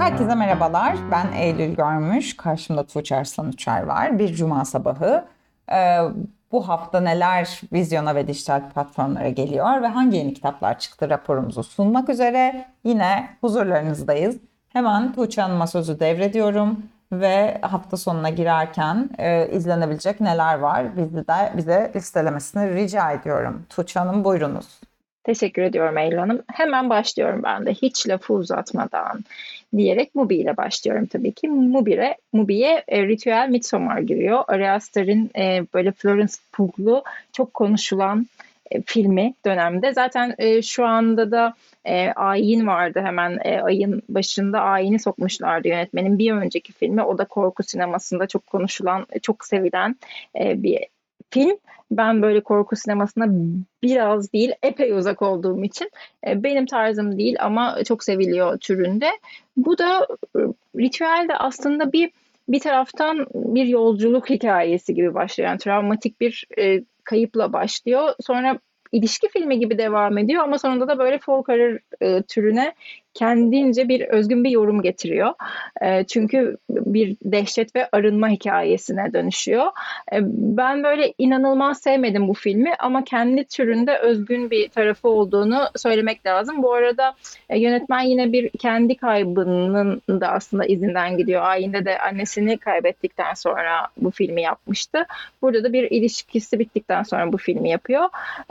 Herkese merhabalar. Ben Eylül Görmüş. Karşımda Tuğçe Arslan Uçar var. Bir cuma sabahı. Ee, Bu hafta neler vizyona ve dijital platformlara geliyor ve hangi yeni kitaplar çıktı raporumuzu sunmak üzere yine huzurlarınızdayız. Hemen Tuğçe Hanım'a sözü devrediyorum ve hafta sonuna girerken izlenebilecek neler var bize listelemesini rica ediyorum. Tuğçe Hanım buyurunuz. Teşekkür ediyorum Eylül Hanım. Hemen başlıyorum ben de hiç lafı uzatmadan diyerek Mubi ile başlıyorum tabii ki. Mubi'ye Ritüel Midsommar giriyor. Ari Aster'in böyle Florence Pugh'lu çok konuşulan filmi dönemde. Zaten şu anda da Ayin vardı hemen ayın başında Ayin'i sokmuşlardı yönetmenin bir önceki filmi. O da korku sinemasında çok konuşulan, çok sevilen bir film. Ben böyle korku sinemasına biraz değil, epey uzak olduğum için benim tarzım değil ama çok seviliyor türünde. Bu da ritüel de aslında bir taraftan bir yolculuk hikayesi gibi başlıyor. Yani travmatik bir kayıpla başlıyor. Sonra ilişki filmi gibi devam ediyor ama sonunda da böyle folk horror türüne kendince bir özgün bir yorum getiriyor. Çünkü bir dehşet ve arınma hikayesine dönüşüyor. Ben böyle inanılmaz sevmedim bu filmi ama kendi türünde özgün bir tarafı olduğunu söylemek lazım. Bu arada yönetmen yine bir kendi kaybının da aslında izinden gidiyor. Ayinde de annesini kaybettikten sonra bu filmi yapmıştı. Burada da bir ilişkisi bittikten sonra bu filmi yapıyor.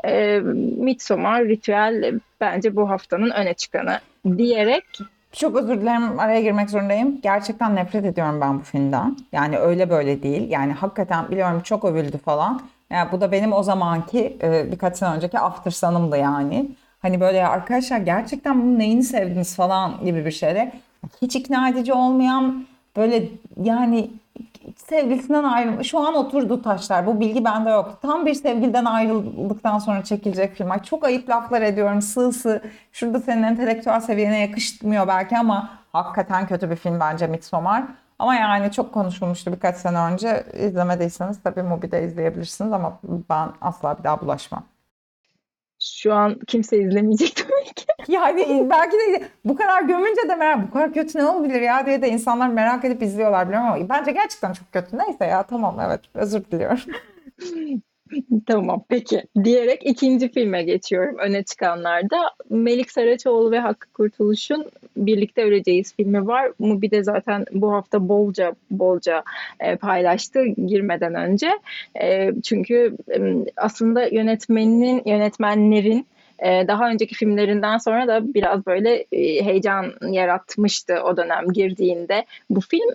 Midsommar, Ritüel bence bu haftanın öne çıkanı diyerek. Çok özür dilerim, araya girmek zorundayım. Gerçekten nefret ediyorum ben bu filmden. Yani öyle böyle değil. Yani hakikaten biliyorum çok övüldü falan. Yani bu da benim o zamanki birkaç sene önceki After Sun'ımdı yani. Hani böyle ya arkadaşlar gerçekten bunun neyini sevdiniz falan gibi bir şeyde. Hiç ikna edici olmayan böyle yani sevgilisinden ayrılmış. Şu an oturdu taşlar. Bu bilgi bende yok. Tam bir sevgiliden ayrıldıktan sonra çekilecek film. Ay, çok ayıp laflar ediyorum. Sığ sığ. Şurada senin entelektüel seviyene yakışmıyor belki ama hakikaten kötü bir film bence Midsommar. Ama yani çok konuşulmuştu birkaç sene önce. İzlemediyseniz tabii Mubi'de izleyebilirsiniz ama ben asla bir daha bulaşmam. Şu an kimse izlemeyecek tabii ki. Yani belki de bu kadar gömünce de merak, bu kadar kötü ne olabilir ya diye de insanlar merak edip izliyorlar biliyorum ama bence gerçekten çok kötü. Neyse ya tamam evet özür diliyorum. Tamam, peki. Diyerek ikinci filme geçiyorum öne çıkanlarda. Melik Saraçoğlu ve Hakkı Kurtuluş'un Birlikte Öleceğiz filmi var. Mubi de zaten bu hafta bolca paylaştı girmeden önce. Çünkü aslında yönetmenlerin daha önceki filmlerinden sonra da biraz böyle heyecan yaratmıştı o dönem girdiğinde bu film.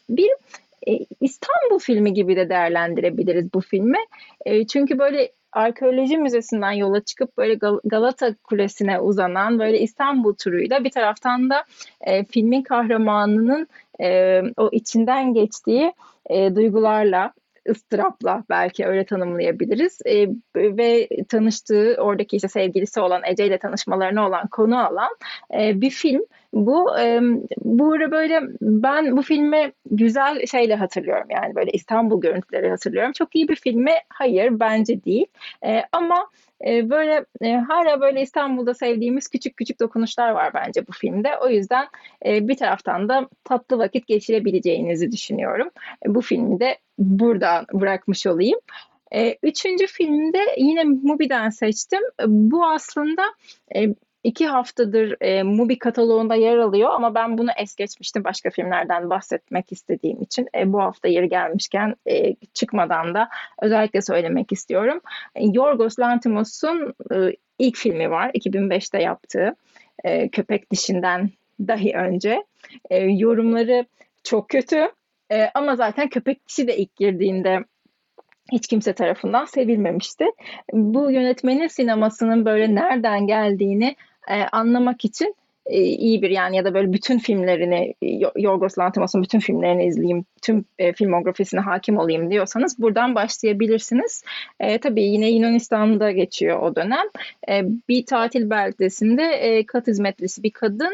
İstanbul filmi gibi de değerlendirebiliriz bu filmi. Çünkü böyle arkeoloji müzesinden yola çıkıp böyle Galata Kulesi'ne uzanan böyle İstanbul turuyla bir taraftan da filmin kahramanının o içinden geçtiği duygularla, ıstırapla belki öyle tanımlayabiliriz. Ve tanıştığı oradaki işte sevgilisi olan Ece ile tanışmalarına olan konu alan bir film. Bu bu ara böyle ben bu filmi güzel şeyle hatırlıyorum yani böyle İstanbul görüntüleri hatırlıyorum. Çok iyi bir film mi? Hayır bence değil. Ama böyle hala böyle İstanbul'da sevdiğimiz küçük küçük dokunuşlar var bence bu filmde. O yüzden bir taraftan da tatlı vakit geçirebileceğinizi düşünüyorum. Bu filmi de burada bırakmış olayım. Üçüncü filmde yine Mubi'den seçtim. Bu aslında e, 2 haftadır Mubi kataloğunda yer alıyor ama ben bunu es geçmiştim başka filmlerden bahsetmek istediğim için. Bu hafta yeri gelmişken çıkmadan da özellikle söylemek istiyorum. Yorgos Lanthimos'un ilk filmi var 2005'te yaptığı Köpek Dişi'nden dahi önce. Yorumları çok kötü. Ama zaten Köpek Dişi de ilk girdiğinde hiç kimse tarafından sevilmemişti. Bu yönetmenin sinemasının böyle nereden geldiğini anlamak için iyi bir yani ya da böyle bütün filmlerini Yorgos Lanthimos'un bütün filmlerini izleyeyim, tüm filmografisine hakim olayım diyorsanız buradan başlayabilirsiniz. Tabii yine Yunanistan'da geçiyor o dönem. Bir tatil beldesinde kat hizmetlisi bir kadın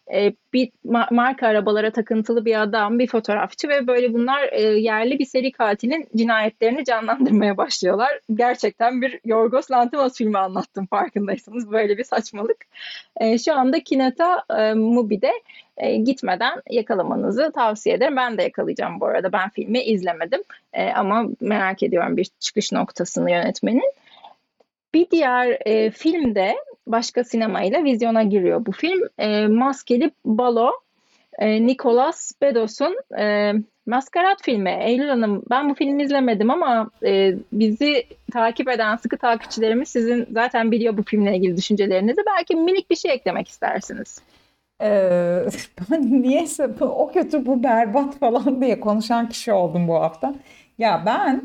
bir marka arabalara takıntılı bir adam, bir fotoğrafçı ve böyle bunlar yerli bir seri katilin cinayetlerini canlandırmaya başlıyorlar. Gerçekten bir Yorgos Lanthimos filmi anlattım farkındaysanız. Böyle bir saçmalık. Şu anda Kineta Mubi'de gitmeden yakalamanızı tavsiye ederim. Ben de yakalayacağım bu arada. Ben filmi izlemedim. Ama merak ediyorum bir çıkış noktasını yönetmenin. Bir diğer film de başka sinemayla vizyona giriyor bu film. Maskeli Balo. Nicolas Bedos'un Maskarat filmi. Eylül Hanım, ben bu filmi izlemedim ama bizi takip eden sıkı takipçilerimiz sizin zaten biliyor bu filmle ilgili düşüncelerinizi. Belki minik bir şey eklemek istersiniz. Ee, Ben niyeyse o kötü bu berbat falan diye konuşan kişi oldum bu hafta. Ya ben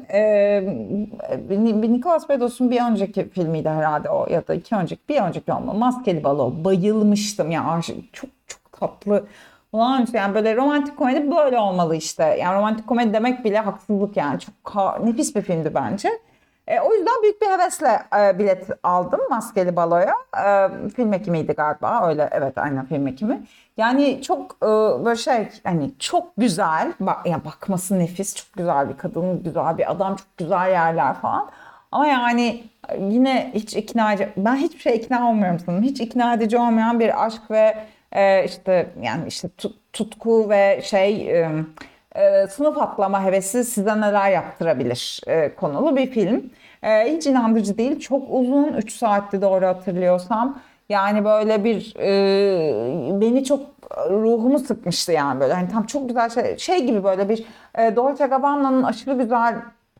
Nicolas Bedos'un bir önceki filmiydi herhalde o, ya da bir önceki olmalı. Maskeli Balo. Bayılmıştım ya. Çok çok tatlı. Olağanüstü yani, böyle romantik komedi böyle olmalı işte. Yani romantik komedi demek bile haksızlık yani. Çok nefis bir filmdi bence. O yüzden büyük bir hevesle bilet aldım Maskeli Balo'ya. Film ekimiydi galiba. Öyle, evet, aynen, film ekimi. Yani çok böyle şey, hani çok güzel. Ya bakması nefis. Çok güzel bir kadın, güzel bir adam, çok güzel yerler falan. Ama yani yine hiç ikna edici. Ben hiçbir şey ikna olmuyorum sanırım. Hiç ikna edici olmayan bir aşk ve işte yani işte tutku ve sınıf atlama hevesi size neler yaptırabilir konulu bir film. Hiç inandırıcı değil. Çok uzun. 3 saatti doğru hatırlıyorsam. Yani böyle beni çok, ruhumu sıkmıştı yani, böyle. Hani tam çok güzel şey gibi, böyle bir Dolce Gabbana'nın aşırı güzel,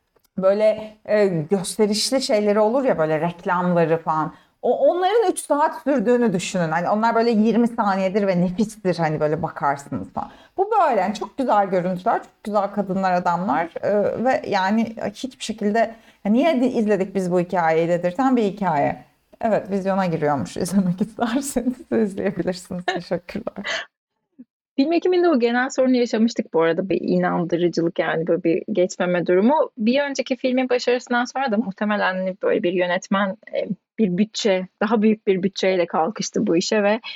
böyle gösterişli şeyleri olur ya, böyle reklamları falan. Onların 3 saat sürdüğünü düşünün. Hani onlar böyle 20 saniyedir ve nefistir, hani böyle bakarsınız falan. Bu böyle yani, çok güzel görüntüler, çok güzel kadınlar, adamlar ve yani hiçbir şekilde ya niye izledik biz bu hikayeyi dedirten bir hikaye. Evet, vizyona giriyormuş. İzlemek isterseniz izleyebilirsiniz. Teşekkürler. Film ekiminde o genel sorunu yaşamıştık bu arada, bir inandırıcılık, yani böyle bir geçmeme durumu. Bir önceki filmin başarısından sonra da muhtemelen hani böyle bir yönetmen bir bütçe, daha büyük bir bütçeyle kalkıştı bu işe ve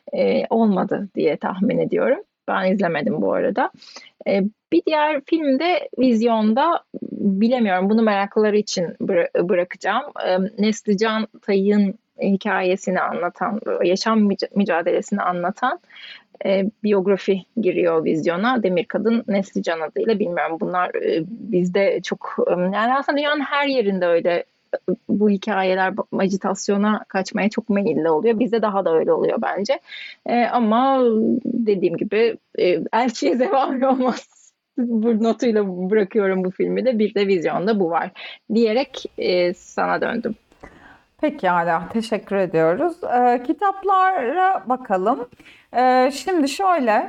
olmadı diye tahmin ediyorum. Ben izlemedim bu arada. E, Bir diğer film de vizyonda, bilemiyorum, bunu meraklıları için bırakacağım. Neslican Tay'ın hikayesini anlatan, yaşam mücadelesini anlatan biyografi giriyor vizyona. Demir Kadın Neslican adıyla. Bilmiyorum, bunlar bizde çok yani aslında dünyanın her yerinde öyle bu hikayeler acitasyona kaçmaya çok meyilli oluyor. Bizde daha da öyle oluyor bence. Ama dediğim gibi elçiye zeval olmaz. Bu notuyla bırakıyorum bu filmi de. Bir de vizyonda bu var diyerek sana döndüm. Pekala, teşekkür ediyoruz. Kitaplara bakalım. Şimdi şöyle,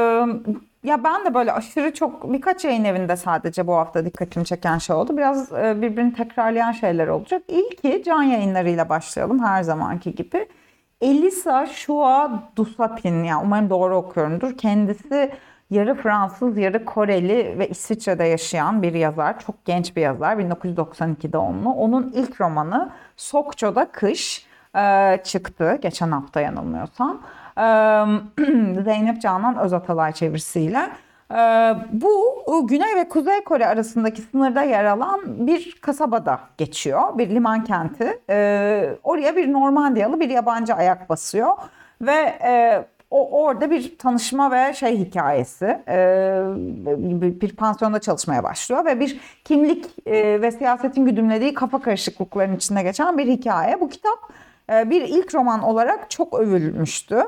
ya ben de böyle aşırı çok, birkaç yayın evinde sadece bu hafta dikkatimi çeken şey oldu. Biraz birbirini tekrarlayan şeyler olacak. İlki Can Yayınları'yla başlayalım her zamanki gibi. Elisa Chua Dusapin, yani umarım doğru okuyorumdur. Kendisi yarı Fransız, yarı Koreli ve İsviçre'de yaşayan bir yazar. Çok genç bir yazar. 1992 doğumlu. Onun ilk romanı Sokcho'da Kış çıktı. Geçen hafta yanılmıyorsam. Zeynep Canan Özatalay çevirisiyle. Bu Güney ve Kuzey Kore arasındaki sınırda yer alan bir kasabada geçiyor. Bir liman kenti. Oraya bir Normandiyalı bir yabancı ayak basıyor. Ve orada bir tanışma ve hikayesi. Bir pansiyonda çalışmaya başlıyor ve bir kimlik ve siyasetin güdümlediği kafa karışıklıklarının içinde geçen bir hikaye. Bu kitap bir ilk roman olarak çok övülmüştü.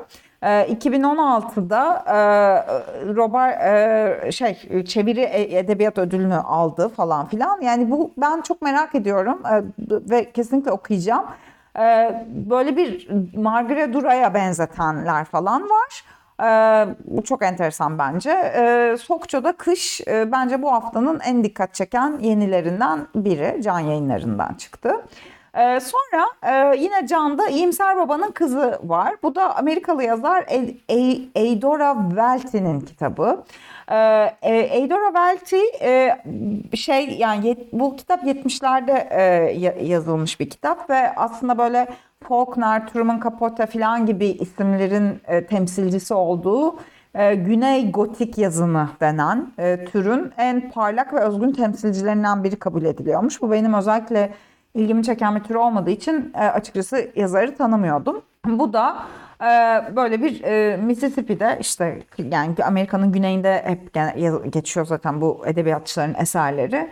2016'da Robert çeviri edebiyat ödülünü aldı falan filan. Yani bu, ben çok merak ediyorum ve kesinlikle okuyacağım. Böyle bir Margaret Dura'ya benzetenler falan var. Bu çok enteresan bence. Sokcho'da Kış bence bu haftanın en dikkat çeken yenilerinden biri. Can Yayınları'ndan çıktı. Sonra yine Can'da İyimser Babanın Kızı var. Bu da Amerikalı yazar Eudora Welty'nin kitabı. Eudora Welty yani bu kitap 70'lerde yazılmış bir kitap ve aslında böyle Faulkner, Truman Capote falan gibi isimlerin temsilcisi olduğu Güney Gotik yazını denen türün en parlak ve özgün temsilcilerinden biri kabul ediliyormuş. Bu benim özellikle ilgimi çeken bir tür olmadığı için açıkçası yazarı tanımıyordum. Bu da böyle bir Mississippi'de, işte yani Amerika'nın güneyinde hep geçiyor zaten bu edebiyatçıların eserleri.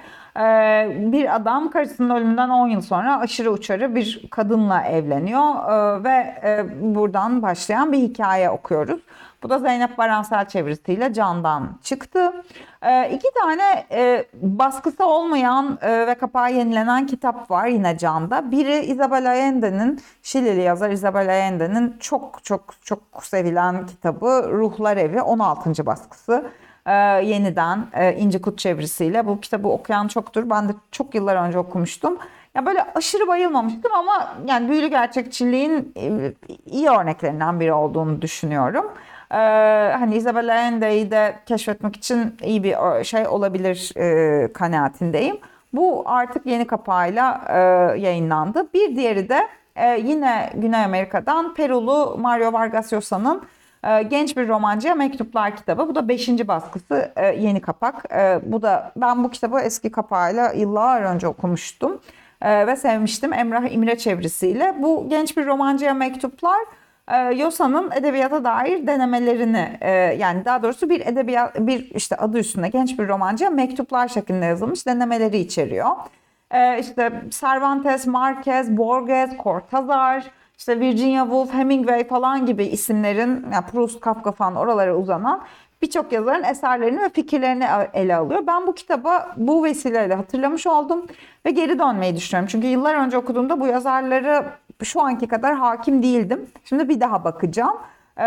Bir adam karısının ölümünden 10 yıl sonra aşırı uçarı bir kadınla evleniyor ve buradan başlayan bir hikaye okuyoruz. Bu da Zeynep Baransel çevirisiyle Can'dan çıktı. İki tane baskısı olmayan ve kapağı yenilenen kitap var yine Can'da. Biri Isabel Allende'nin, Şilili yazar Isabel Allende'nin çok çok çok sevilen kitabı Ruhlar Evi, 16. baskısı. Yeniden İnci Kut çevirisiyle. Bu kitabı okuyan çoktur. Ben de çok yıllar önce okumuştum. Ya böyle aşırı bayılmamıştım ama yani büyülü gerçekçiliğin iyi örneklerinden biri olduğunu düşünüyorum. Hani Isabel Allende'yi de keşfetmek için iyi bir şey olabilir kanaatindeyim. Bu artık yeni kapağıyla yayınlandı. Bir diğeri de yine Güney Amerika'dan Perulu Mario Vargas Llosa'nın Genç Bir Romancıya Mektuplar kitabı. Bu da 5. baskısı, yeni kapak. Bu da, ben bu kitabı eski kapağıyla yıllar önce okumuştum ve sevmiştim. Emrah İmre çevirisiyle. Bu Genç Bir Romancıya Mektuplar Yosa'nın edebiyata dair denemelerini, yani daha doğrusu bir edebiyat, bir işte adı üstünde Genç Bir Romancıya Mektuplar şeklinde yazılmış denemeleri içeriyor. İşte Cervantes, Marquez, Borges, Cortázar, işte Virginia Woolf, Hemingway falan gibi isimlerin, yani Proust, Kafka falan oralara uzanan birçok yazarın eserlerini ve fikirlerini ele alıyor. Ben bu kitaba bu vesileyle hatırlamış oldum ve geri dönmeyi düşünüyorum. Çünkü yıllar önce okuduğumda bu yazarları şu anki kadar hakim değildim. Şimdi bir daha bakacağım.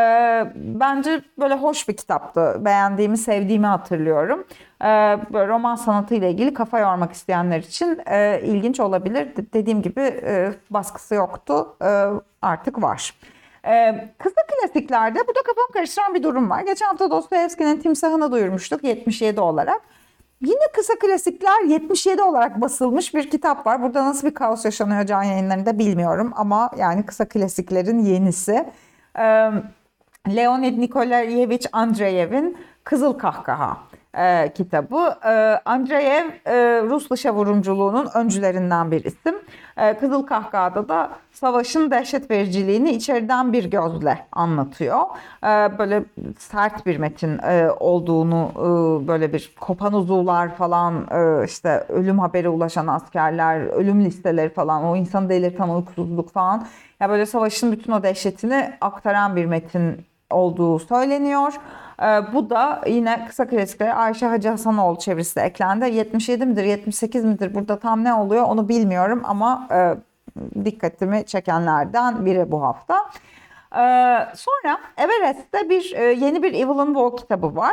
Bence böyle hoş bir kitaptı. Beğendiğimi, sevdiğimi hatırlıyorum. Böyle roman sanatı ile ilgili kafa yormak isteyenler için ilginç olabilir. Dediğim gibi baskısı yoktu. Artık var. Kısa klasiklerde bu da kafamı karıştıran bir durum var. Geçen hafta Dostoyevski'nin Timsahını duyurmuştuk 77 olarak. Yine kısa klasikler 77 olarak basılmış bir kitap var. Burada nasıl bir kaos yaşanıyor Can Yayınları'nda bilmiyorum ama yani kısa klasiklerin yenisi. Leonid Nikolayevich Andreyev'in Kızıl Kahkaha kitabı. Andreyev Rus dışa vurumculuğunun öncülerinden bir isim. Kızıl Kahkaha'da da savaşın dehşet vericiliğini içeriden bir gözle anlatıyor. Böyle sert bir metin olduğunu, böyle bir kopan uzuvlar falan, işte ölüm haberi ulaşan askerler, ölüm listeleri falan, o insanı delirten uykusuzluk falan. Ya böyle savaşın bütün o dehşetini aktaran bir metin olduğu söyleniyor. Bu da yine kısa klasiklere Ayşe Hacı Hasanoğlu çevirisi de eklendi. 77 midir 78 midir burada tam ne oluyor onu bilmiyorum ama dikkatimi çekenlerden biri bu hafta. Sonra Everest'te yeni bir Evelyn Waugh kitabı var.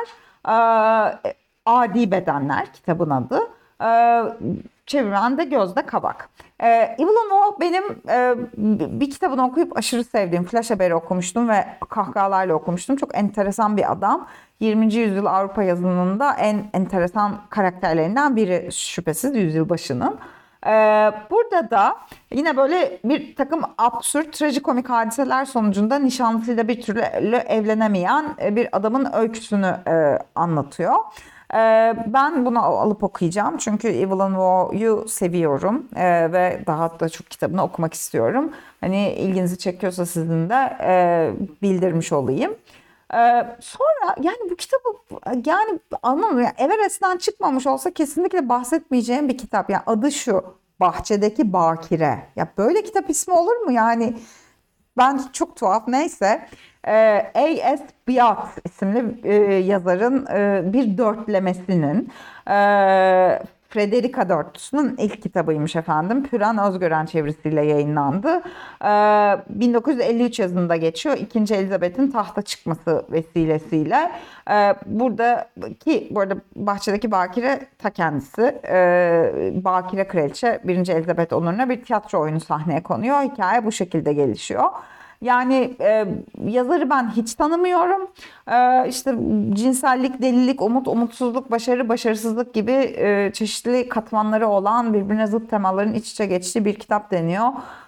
Adi Bedenler kitabın adı. Çeviren de Gözde Kabak. Evelyn Waugh benim bir kitabını okuyup aşırı sevdiğim, Flash Haberi okumuştum ve kahkahalarla okumuştum. Çok enteresan bir adam. 20. yüzyıl Avrupa yazınında en enteresan karakterlerinden biri şüphesiz yüzyıl başının. Burada da yine böyle bir takım absürt, trajikomik hadiseler sonucunda nişanlısıyla bir türlü evlenemeyen bir adamın öyküsünü anlatıyor. Ben bunu alıp okuyacağım çünkü Evelyn Waugh'u seviyorum ve daha da çok kitabını okumak istiyorum. Hani ilginizi çekiyorsa sizin de bildirmiş olayım. Sonra yani bu kitabı, yani anlamıyorum, yani Everest'ten çıkmamış olsa kesinlikle bahsetmeyeceğim bir kitap. Yani adı şu: Bahçedeki Bakire. Ya böyle kitap ismi olur mu? Yani ben çok tuhaf, neyse. A.S. Byatt isimli yazarın bir dörtlemesinin Frederica Dörtlüsü'nün ilk kitabıymış efendim. Püran Özgören çevirisiyle yayınlandı. 1953 yazında geçiyor. 2. Elizabeth'in tahta çıkması vesilesiyle. Bu arada Bahçedeki Bakire ta kendisi. Bakire Kraliçe 1. Elizabeth onuruna bir tiyatro oyunu sahneye konuyor. Hikaye bu şekilde gelişiyor. Yani yazarı ben hiç tanımıyorum. İşte cinsellik, delilik, umut, umutsuzluk, başarı, başarısızlık gibi çeşitli katmanları olan birbirine zıt temaların iç içe geçtiği bir kitap deniyor.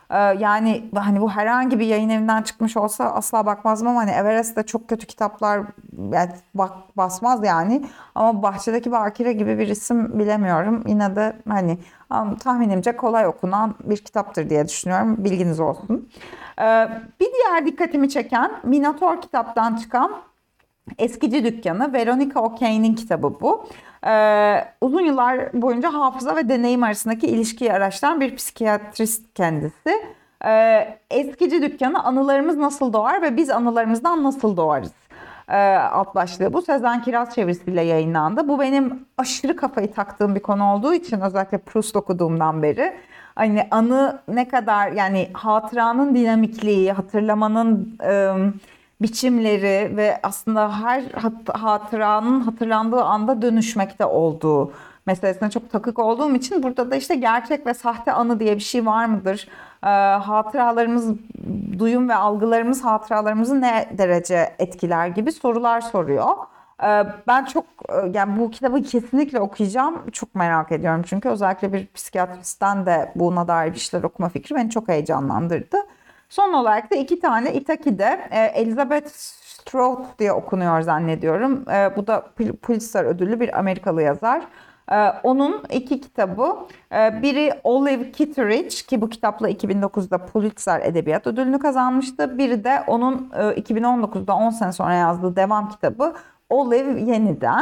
Yani hani bu herhangi bir yayın evinden çıkmış olsa asla bakmazdım ama hani Everest'te çok kötü kitaplar yani basmaz yani. Ama Bahçedeki Bakire gibi bir isim bilemiyorum. Yine de hani tahminimce kolay okunan bir kitaptır diye düşünüyorum. Bilginiz olsun. Bir diğer dikkatimi çeken Minator kitaptan çıkan Eskici Dükkanı. Veronica Okey'nin kitabı bu. Uzun yıllar boyunca hafıza ve deneyim arasındaki ilişkiyi araştıran bir psikiyatrist kendisi. Eskici Dükkanı, anılarımız nasıl doğar ve biz anılarımızdan nasıl doğarız? Alt başlığı bu. Sezen Kiraz çevirisiyle yayınlandı. Bu benim aşırı kafayı taktığım bir konu olduğu için, özellikle Proust okuduğumdan beri. Hani anı ne kadar, yani hatıranın dinamikliği, hatırlamanın biçimleri ve aslında her hatıranın hatırlandığı anda dönüşmekte olduğu meselesine çok takık olduğum için burada da işte gerçek ve sahte anı diye bir şey var mıdır? Hatıralarımız, duyum ve algılarımız hatıralarımızı ne derece etkiler gibi sorular soruyor. Ben çok yani bu kitabı kesinlikle okuyacağım. Çok merak ediyorum çünkü özellikle bir psikiyatristten de buna dair bir şeyler okuma fikri beni çok heyecanlandırdı. Son olarak da iki tane Itaki'de Elizabeth Strout diye okunuyor zannediyorum. Bu da Pulitzer ödüllü bir Amerikalı yazar. Onun iki kitabı, biri Olive Kitteridge ki bu kitapla 2009'da Pulitzer Edebiyat Ödülünü kazanmıştı. Biri de onun 2019'da 10 sene sonra yazdığı devam kitabı Olive Yeniden.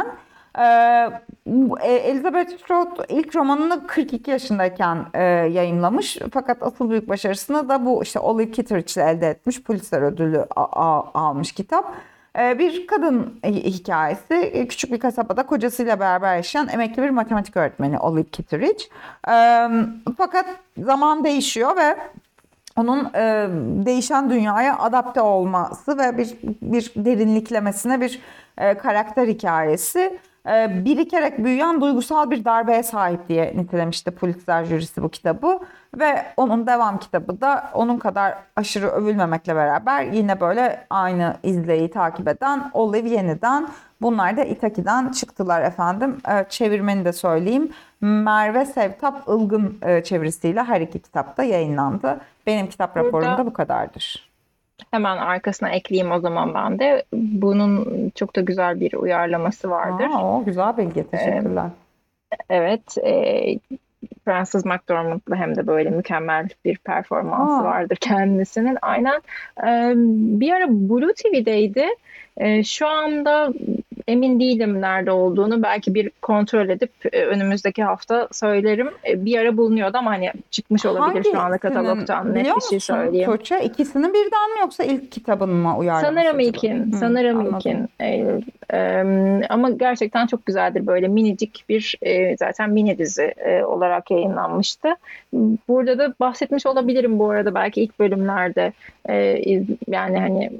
Elizabeth Strout ilk romanını 42 yaşındayken yayımlamış. Fakat asıl büyük başarısını da bu işte Olive Kitteridge ile elde etmiş. Pulitzer ödülü almış kitap. Bir kadın hikayesi. Küçük bir kasabada kocasıyla beraber yaşayan emekli bir matematik öğretmeni Olive Kitteridge. Fakat zaman değişiyor ve onun değişen dünyaya adapte olması ve bir derinliklemesine bir karakter hikayesi. Birikerek büyüyen duygusal bir darbeye sahip diye nitelemişti Pulitzer jürisi bu kitabı. Ve onun devam kitabı da onun kadar aşırı övülmemekle beraber yine böyle aynı izleyi takip eden Olive Yeniden. Bunlar da Itaki'den çıktılar efendim. Çevirmeni de söyleyeyim. Merve Sevtap Ilgın çevirisiyle her iki kitap da yayınlandı. Benim kitap raporum Burada da bu kadardır. hemen arkasına ekleyeyim o zaman ben de. Bunun çok da güzel bir uyarlaması vardır. O güzel bilgi. Ee, Teşekkürler. evet, Frances McDormand'la hem de böyle mükemmel bir performansı Aa, vardır kendisinin. Aynen. Bir ara Blue TV'deydi. Şu anda emin değilim nerede olduğunu. Belki bir kontrol edip önümüzdeki hafta söylerim. Bir ara bulunuyordu ama hani çıkmış olabilir şu anda hangisinin katalogdan. Net biliyor bir şey musun söyleyeyim. Tuğçe? İkisinin birden mi yoksa ilk kitabının mı uyarlaması Sanırım acaba? ilkin, sanırım Anladım. ilkin Eylül. Ama gerçekten çok güzeldir. Böyle minicik bir zaten mini dizi olarak yayınlanmıştı. Burada da bahsetmiş olabilirim bu arada belki ilk bölümlerde yani hani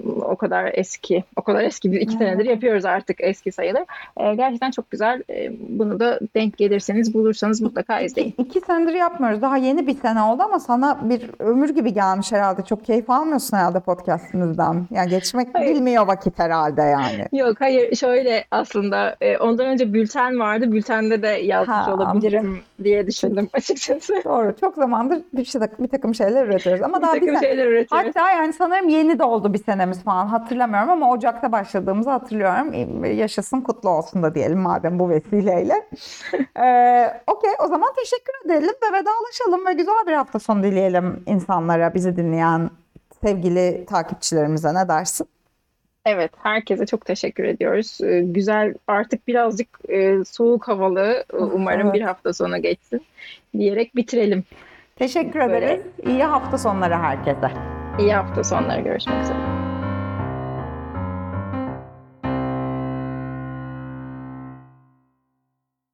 o kadar eski bir iki senedir Evet. yapıyoruz artık eski sayılır. Gerçekten çok güzel. Bunu da denk gelirseniz bulursanız mutlaka izleyin. İki senedir yapmıyoruz. Daha yeni bir sene oldu ama sana bir ömür gibi gelmiş herhalde. Çok keyif almıyorsun herhalde podcastimizden. Yani geçmek Hayır. bilmiyor vakit herhalde yani. Yok, hayır, şöyle aslında ondan önce bülten vardı. Bültende de yazmış Ha, olabilirim diye peki. düşündüm açıkçası. Doğru. Çok zamandır bir takım şeyler üretiyoruz. Ama Bir daha bir takım sene. şeyler üretiyoruz. Hatta yani sanırım yeni de oldu bir senemiz falan. Hatırlamıyorum ama Ocak'ta başladığımızı hatırlıyorum. Yaşasın, kutlu olsun da diyelim madem bu vesileyle. Okey, o zaman teşekkür edelim ve vedalaşalım ve güzel bir hafta sonu dileyelim insanlara, bizi dinleyen sevgili takipçilerimize. Ne dersin? Evet, herkese çok teşekkür ediyoruz. Güzel, artık birazcık soğuk havalı, umarım bir Evet. hafta sonu geçsin diyerek bitirelim. Teşekkür ederiz. Böyle İyi hafta sonları herkese. iyi hafta sonları, görüşmek üzere.